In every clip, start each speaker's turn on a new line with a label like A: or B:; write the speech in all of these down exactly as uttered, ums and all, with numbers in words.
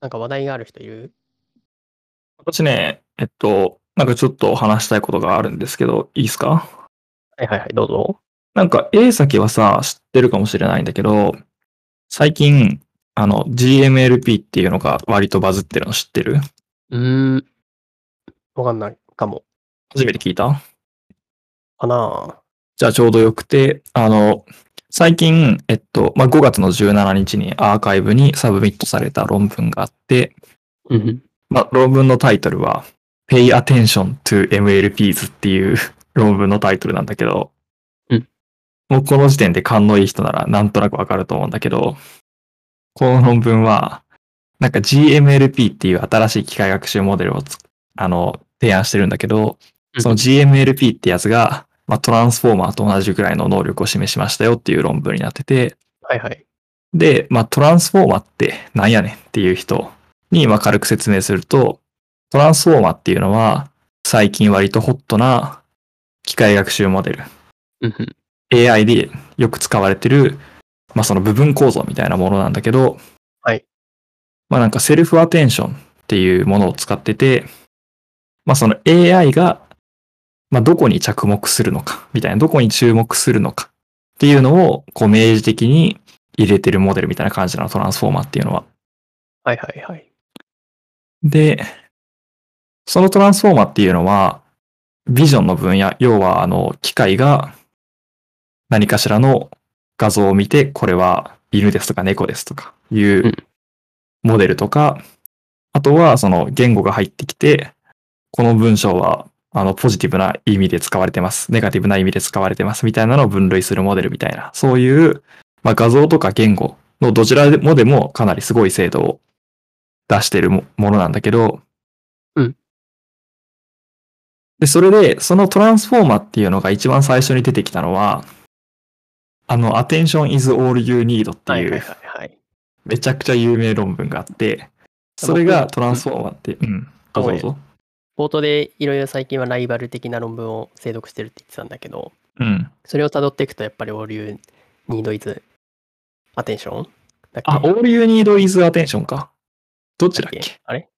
A: なんか話題がある人いる？
B: 私ね、えっと、なんかちょっと話したいことがあるんですけど、いいですか？
A: はいはいはい、どうぞ。
B: なんか A 先はさ、知ってるかもしれないんだけど、最近、あの、ジーエムエルピー っていうのが割とバズってるの知ってる？
A: うーん。わかんないかも。
B: 初めて聞いた？
A: かな
B: じゃあちょうどよくて、あの、最近、えっと、まあ、ごがつのじゅうしちにちにアーカイブにサブミットされた論文があって、
A: うん。
B: まあ、論文のタイトルは Pay Attention to エムエルピーズ っていう論文のタイトルなんだけど、
A: うん。
B: もうこの時点で勘のいい人ならなんとなくわかると思うんだけど、この論文は、なんか ジーエムエルピー っていう新しい機械学習モデルをつあの提案してるんだけど、その ジーエムエルピー ってやつが、まあ、トランスフォーマーと同じくらいの能力を示しましたよっていう論文になってて、
A: はいはい。
B: で、まあ、トランスフォーマーってなんやねんっていう人にまあ軽く説明すると、トランスフォーマーっていうのは最近割とホットな機械学習モデル、
A: うん。
B: エーアイ でよく使われてる、まあ、その部分構造みたいなものなんだけど、
A: はい。
B: まあなんかセルフアテンションっていうものを使ってて、まあその エーアイ が、まあどこに着目するのか、みたいな、どこに注目するのかっていうのを、こう明示的に入れてるモデルみたいな感じなの、トランスフォーマーっていうのは。
A: はいはいはい。
B: で、そのトランスフォーマーっていうのは、ビジョンの分野、要はあの、機械が何かしらの画像を見て、これは犬ですとか猫ですとかいうモデルとか、あとはその言語が入ってきて、この文章はあのポジティブな意味で使われてます。ネガティブな意味で使われてますみたいなのを分類するモデルみたいな、そういう、まあ、画像とか言語のどちらでもでもかなりすごい精度を出しているものなんだけど、
A: うん。
B: で、それで、そのトランスフォーマーっていうのが一番最初に出てきたのは、あの、Attention is all you need っていう、
A: はいはいはいはい。
B: めちゃくちゃ有名論文があって、それがトランスフォーマーって、うん、どうぞどうぞ。
A: 冒頭でいろいろ最近はライバル的な論文を精読してるって言ってたんだけど、
B: うん。
A: それを辿っていくとやっぱり all you need is attention だっけ？
B: あ、all you need is attention か。どっちだっけ？
A: あれ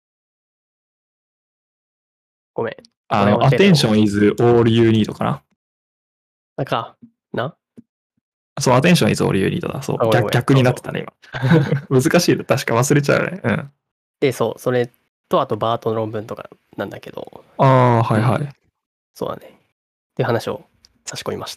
A: ごめん。
B: あの、attention is all you need かな。
A: なんか、な
B: そう、attention is all you need だ。そう。逆逆になってたね、今。難しいの。確か忘れちゃうね。うん。
A: で、そう、それと、あとバートの論文とかなんだけど。
B: ああ、はいはい、うん。
A: そうだね。っていう話を差し込みました。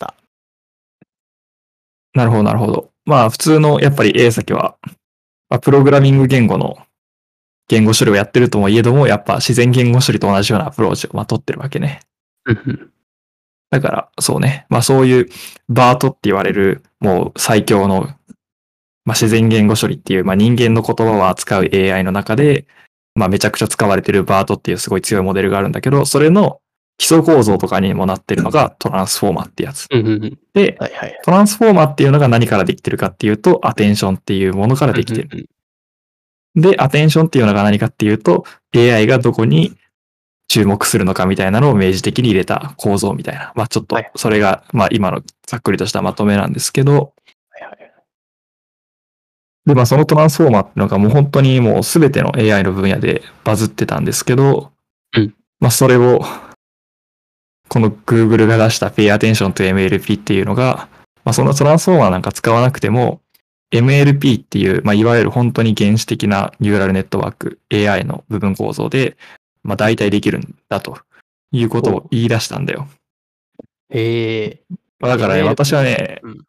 B: なるほど、なるほど。まあ、普通の、やっぱり A 先は、まあ、プログラミング言語の言語処理をやってるともいえども、やっぱ自然言語処理と同じようなアプローチをまあ取ってるわけね。だから、そうね。まあそういうバートって言われる、もう最強の、まあ自然言語処理っていう、まあ人間の言葉を扱う エーアイ の中で、まあめちゃくちゃ使われてるバートっていうすごい強いモデルがあるんだけど、それの基礎構造とかにもなってるのがトランスフォーマーってやつ。で、
A: はいはい、
B: トランスフォーマーっていうのが何からできてるかっていうと、アテンションっていうものからできてる。で、アテンションっていうのが何かっていうと、エーアイ がどこに注目するのかみたいなのを明示的に入れた構造みたいな。まあちょっと、それが、まあ今のざっくりとしたまとめなんですけど、
A: はいはい、
B: で、まあそのトランスフォーマーっていうのがもう本当にもうすべての エーアイ の分野でバズってたんですけど、
A: うん、
B: まあそれを、この Google が出した Pay Attention to エムエルピー っていうのが、まあそのトランスフォーマーなんか使わなくても、エムエルピー っていう、まあいわゆる本当に原始的なニューラルネットワーク、エーアイ の部分構造で、まあ大体できるんだということを言い出したんだよ。
A: へえ。
B: だからね、私はね、うん、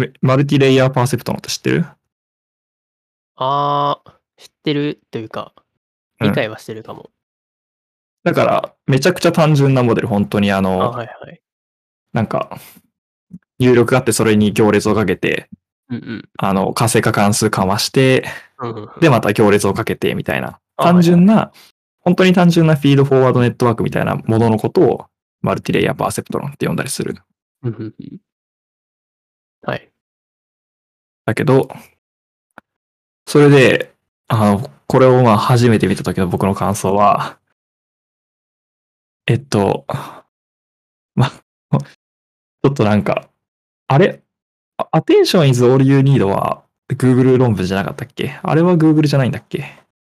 B: マルティレイヤーパーセプトノって知ってる？
A: あー、知ってるというか、理解はしてるかも。
B: うん、だから、めちゃくちゃ単純なモデル、本当にあの、
A: あ、はいはい、
B: なんか、入力があってそれに行列をかけて、
A: うんうん、
B: あの、活性化関数かまして、
A: うんうん、
B: で、また行列をかけてみたいな、単純な、はいはい、本当に単純なフィードフォワードネットワークみたいなもののことを、マルティレイヤーパーセプトロンって呼んだりする。
A: はい。
B: だけど、それで、あの、これをまあ初めて見た時の僕の感想は、えっと、ま、ちょっとなんか、あれAttention is all you need は Google 論文じゃなかったっけ？あれは Google じゃないんだっけ？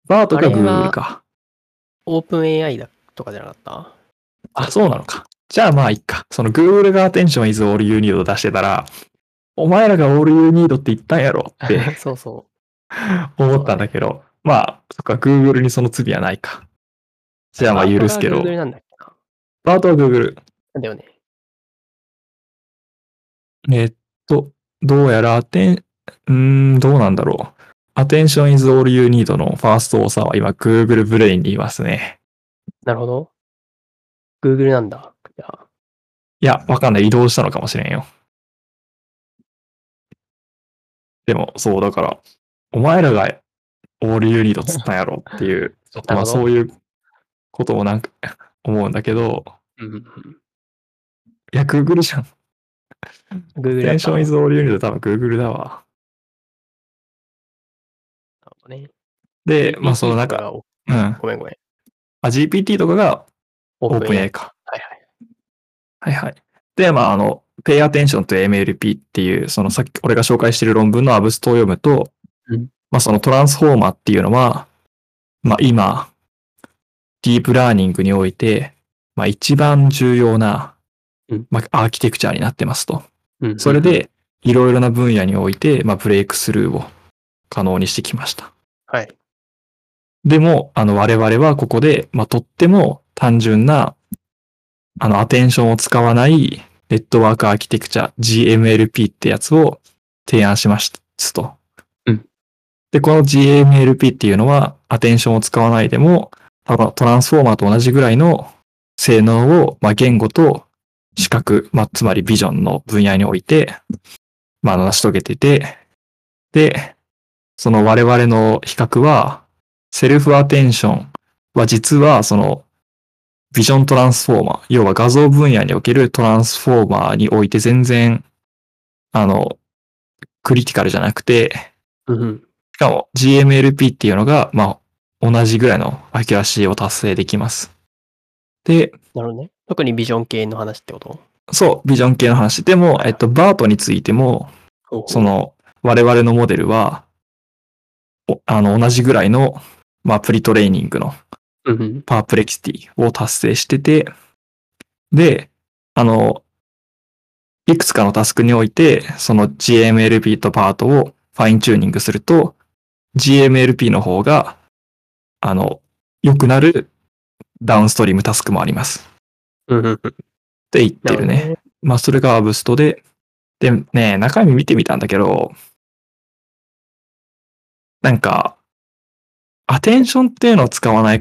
B: バートが
A: あれは
B: Google か。
A: オープン エーアイ だとかじゃなかった？
B: あ、そうなのか。じゃあまあいいか。その Google が Attention is all you need を出してたら、お前らが all you need って言ったんやろって
A: そうそ
B: 思ったんだけど、まあ、そっか、Google にその罪はないか。
A: う。
B: じゃあまあ許すけど
A: バートが Google なんだっけな。
B: バートは Google。
A: なんだよね。
B: えっと、どうやらアテン、うーん、どうなんだろう。Attention is all you need のファーストオーサーは今 Google ブレインにいますね。
A: なるほど。Google なんだ。じゃあ。
B: いや、わかんない。移動したのかもしれんよ。でも、そう、だから、お前らが all you need っつったんやろっていう、ちょっとまあ
A: なるほど
B: そういうことをなんか思うんだけど、
A: うんうんうん。
B: いや、Google じゃん。
A: Google だった。
B: Attention is all you need 多分 Google だわ。
A: なるほどね。
B: で、まあその
A: ジーピーティー
B: なんか、
A: とかがお、
B: うん。
A: ごめんごめん。
B: あ、ジーピーティー とかが
A: オープン エーアイ
B: OpenAI か。
A: はいはい。
B: はいはい。で、まあ、あの、Pay Attention to エムエルピー っていう、そのさっき俺が紹介している論文のアブストを読むと、
A: うん
B: まあ、そのトランスフォーマーっていうのは、まあ、今、ディープラーニングにおいて、まあ、一番重要な、
A: うん
B: まあ、アーキテクチャになってますと。
A: うんうんうん
B: それで、いろいろな分野において、まあ、ブレイクスルーを可能にしてきました。
A: はい。
B: でも、あの、我々はここで、まあ、とっても単純な、あの、アテンションを使わないネットワークアーキテクチャ ジーエムエルピー ってやつを提案しますと。
A: うん
B: で、この ジーエムエルピー っていうのは、アテンションを使わないでも、トランスフォーマーと同じぐらいの性能を、まあ、言語と視覚、まあ、つまりビジョンの分野において、まあ、成し遂げてて、で、その我々の比較は、セルフアテンションは実は、その、ビジョントランスフォーマー、要は画像分野におけるトランスフォーマーにおいて全然、あの、クリティカルじゃなくて、
A: うんうん
B: しかも ジーエムエルピー っていうのが、まあ、同じぐらいのアキュラシーを達成できます。で、
A: なるほどね。特にビジョン系の話ってこと？
B: そう、ビジョン系の話。でも、えっと、バートについても、
A: ほうほう
B: その、我々のモデルは、おあの、同じぐらいの、まあ、プリトレーニングの
A: うんうん
B: パープレキシティを達成してて、で、あの、いくつかのタスクにおいて、その ジーエムエルピー とパートをファインチューニングすると、ジーエムエルピー の方が、あの、良くなるダウンストリームタスクもあります。
A: うんうんうん
B: って言ってるね。
A: なるほどね。
B: まあ、それがアブストで、で、ね、中身見てみたんだけど、なんか、アテンションっていうのを使わない、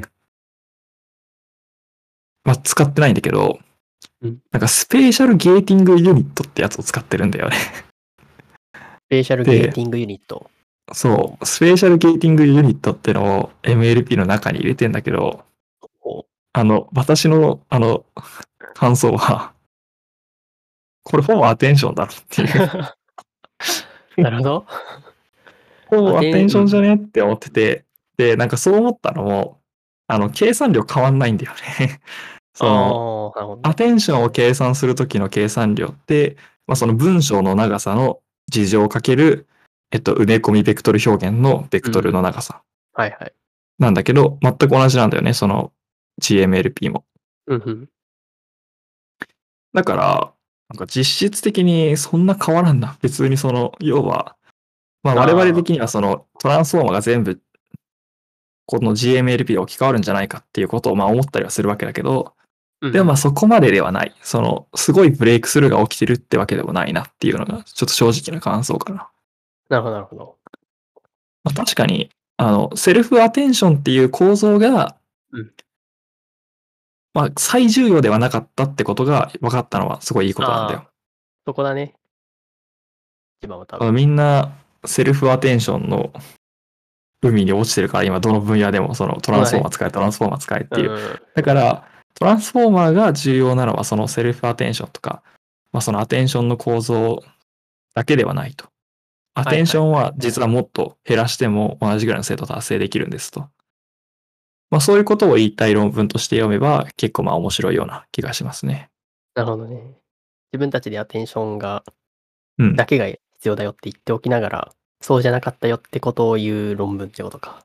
B: まあ、使ってないんだけど、
A: うん
B: なんかスペーシャルゲーティングユニットってやつを使ってるんだよね。
A: スペーシャルゲーティングユニット。
B: そう、スペーシャルゲーティングユニットってのを エムエルピー の中に入れてんだけど、
A: ほ
B: あの、私の、あの、感想は、これほぼアテンションだろっていう。
A: うなるほど。
B: ほぼアテンションじゃ
A: うん
B: ねって思ってて、で、なんかそう思ったのも、あの、計算量変わんないんだよね。その、
A: ああ、なるほどね。
B: アテンションを計算するときの計算量って、まあ、その文章の長さの事情をかける、えっと、埋め込みベクトル表現のベクトルの長さ
A: はいはい。
B: なんだけど、全く同じなんだよね、その ジーエムエルピー も。
A: うんうん
B: だから、なんか実質的にそんな変わらんな。別にその、要は、まあ我々的にはそのトランスフォーマーが全部、この ジーエムエルピー で置き換わるんじゃないかっていうことをまあ思ったりはするわけだけど、
A: うん
B: でもまあそこまでではない。その、すごいブレイクスルーが起きてるってわけでもないなっていうのが、ちょっと正直な感想かな。
A: なるほどなるほど。
B: まあ、確かに、あの、セルフアテンションっていう構造が、
A: うん
B: まあ最重要ではなかったってことが分かったのはすごいいいことなんだよ。
A: ああ、そこだね。一番は多
B: あの
A: 分。
B: みんなセルフアテンションの海に落ちてるから、今どの分野でもそのトランスフォーマー使え、トランスフォーマー使えっていう。
A: うん
B: だから、トランスフォーマーが重要なのはそのセルフアテンションとか、まあそのアテンションの構造だけではないと。アテンションは実はもっと減らしても同じぐらいの精度達成できるんですと。まあそういうことを言いたい論文として読めば結構まあ面白いような気がしますね。
A: なるほどね。自分たちでアテンションが、
B: うん。
A: だけが必要だよって言っておきながら、そうじゃなかったよってことを言う論文ってことか。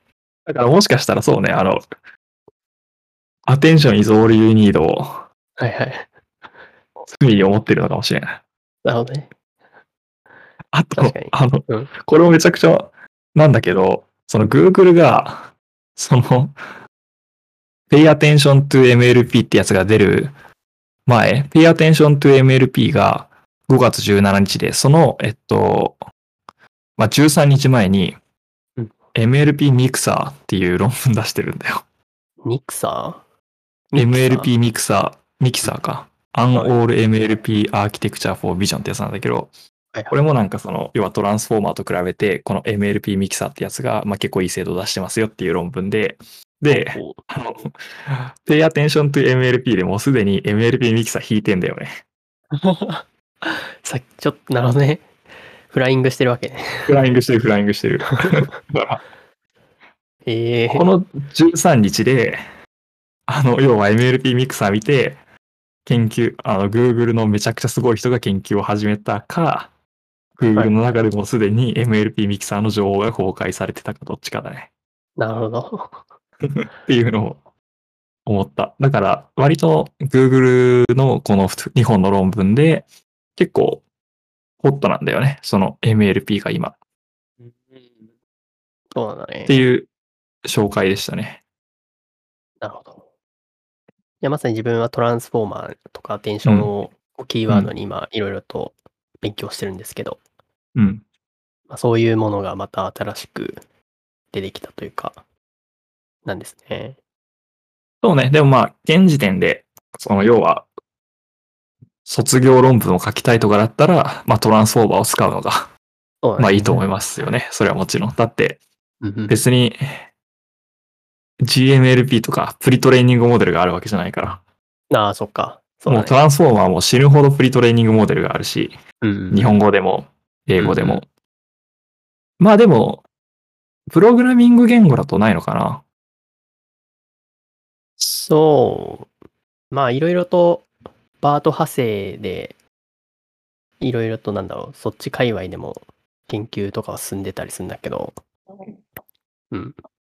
B: だからもしかしたらそうね、あの、attention is all you need を
A: はいはい。
B: 罪に思ってるのかもしれない。
A: なるほどね。
B: あと
A: 確かに。、
B: あの、
A: うん。
B: これもめちゃくちゃなんだけど、その Google が、その、pay attention to エムエルピー ってやつが出る前、pay attention to エムエルピー がごがつじゅうしちにちで、その、えっと、まあ、じゅうさんにちまえに
A: うん
B: エムエルピー ミクサーっていう論文出してるんだよ。
A: ミクサー
B: エムエルピー ミクサー、ミキサーか。
A: はい
B: An All エムエルピー Architecture for Vision ってやつなんだけど、
A: はい
B: これもなんかその、要はトランスフォーマーと比べて、この エムエルピー ミキサーってやつが、まあ、結構いい精度を出してますよっていう論文で、で、
A: ほう
B: あの、Pay attention to エムエルピー でもうすでに エムエルピー ミキサー引いてんだよね。
A: さっきちょっと、なるほどね。フライングしてるわけね。
B: フライングしてる、フライングしてる。だから
A: ええ
B: このじゅうさんにちで、あの、要は エムエルピー ミクサー見て、研究、あの、Google のめちゃくちゃすごい人が研究を始めたか、Google の中でもすでに エムエルピー ミキサーの情報が公開されてたかどっちかだね。
A: なるほど。
B: っていうのを思った。だから、割と Google のこのにほんの論文で、結構ホットなんだよね。その エムエルピー が今。っ
A: そうなんだね。
B: ていう紹介でしたね。
A: なるほど。いや、まさに自分はトランスフォーマーとかアテンションをキーワードに今いろいろと勉強してるんですけど、
B: うん。
A: まあ、そういうものがまた新しく出てきたというか、なんですね。
B: そうね。でもまあ、現時点で、その要は、卒業論文を書きたいとかだったら、まあトランスフォーマーを使うのが、
A: そうだね。
B: まあいいと思いますよね。それはもちろん。だって、
A: うんうん
B: 別に ジーエムエルピー とかプリトレーニングモデルがあるわけじゃないから。
A: ああ、そっか。そうだね
B: もうトランスフォーマーも死ぬほどプリトレーニングモデルがあるし、
A: うんうん
B: 日本語でも英語でも。
A: うんうん
B: まあでも、プログラミング言語だとないのかな。
A: そう。まあ、いろいろと、バート派生で、いろいろとなんだろう、そっち界隈でも研究とかは進んでたりするんだけど、うん。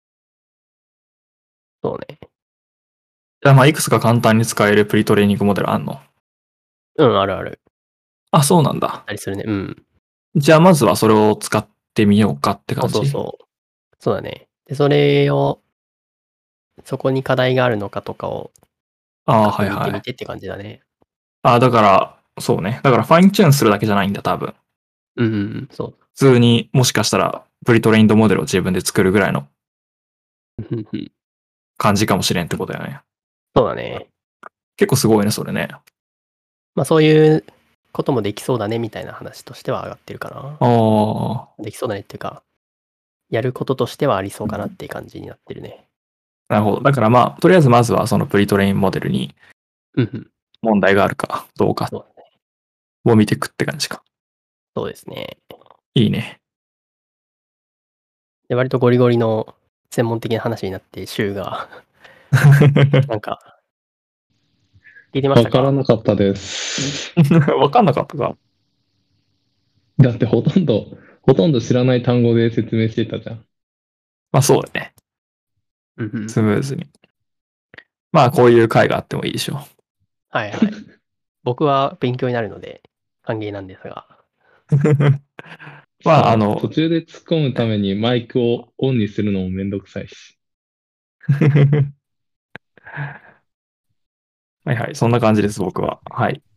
A: そうね。
B: じゃあまあいくつか簡単に使えるプリトレーニングモデルあんの？
A: うん、あるある。
B: あ、そうなんだ。
A: ありするね。うん。
B: じゃあまずはそれを使ってみようかって
A: そう
B: 感じ。
A: そうそう。そうだね。で、それを、そこに課題があるのかとかを
B: ああ、
A: 確
B: はいはい。
A: 認してみてって感じだね。
B: ああ、だから、そうね。だからファインチューンするだけじゃないんだ、多分。
A: うんうんうん、そう。
B: 普通にもしかしたらプリトレインドモデルを自分で作るぐらいの
A: うんうんうん
B: 感じかもしれんってことだよね。
A: そうだね。
B: 結構すごいね、それね。
A: まあそういうこともできそうだねみたいな話としては上がってるかな。
B: ああ、
A: できそうだねっていうか、やることとしてはありそうかなっていう感じになってるね。
B: なるほど。だからまあ、とりあえずまずはそのプリトレインモデルに
A: うんうん。
B: 問題があるかどうか
A: そうだね。
B: を見ていくって感じか。
A: そうですね。
B: いいね。
A: で、割とゴリゴリの専門的な話になって、週が、なんか、聞いてましたか？
C: わからなかったです。
B: わかんなかったか。
C: だってほとんど、ほとんど知らない単語で説明してたじゃん。
B: まあそうだね。
A: うんうん。
B: スムーズに。まあこういう回があってもいいでしょ
A: はいはい。僕は勉強になるので歓迎なんですが。
B: う。まああの
C: 途、中で突っ込むためにマイクをオンにするのもめんどくさいし。
B: はいはい、そんな感じです、僕は。はい。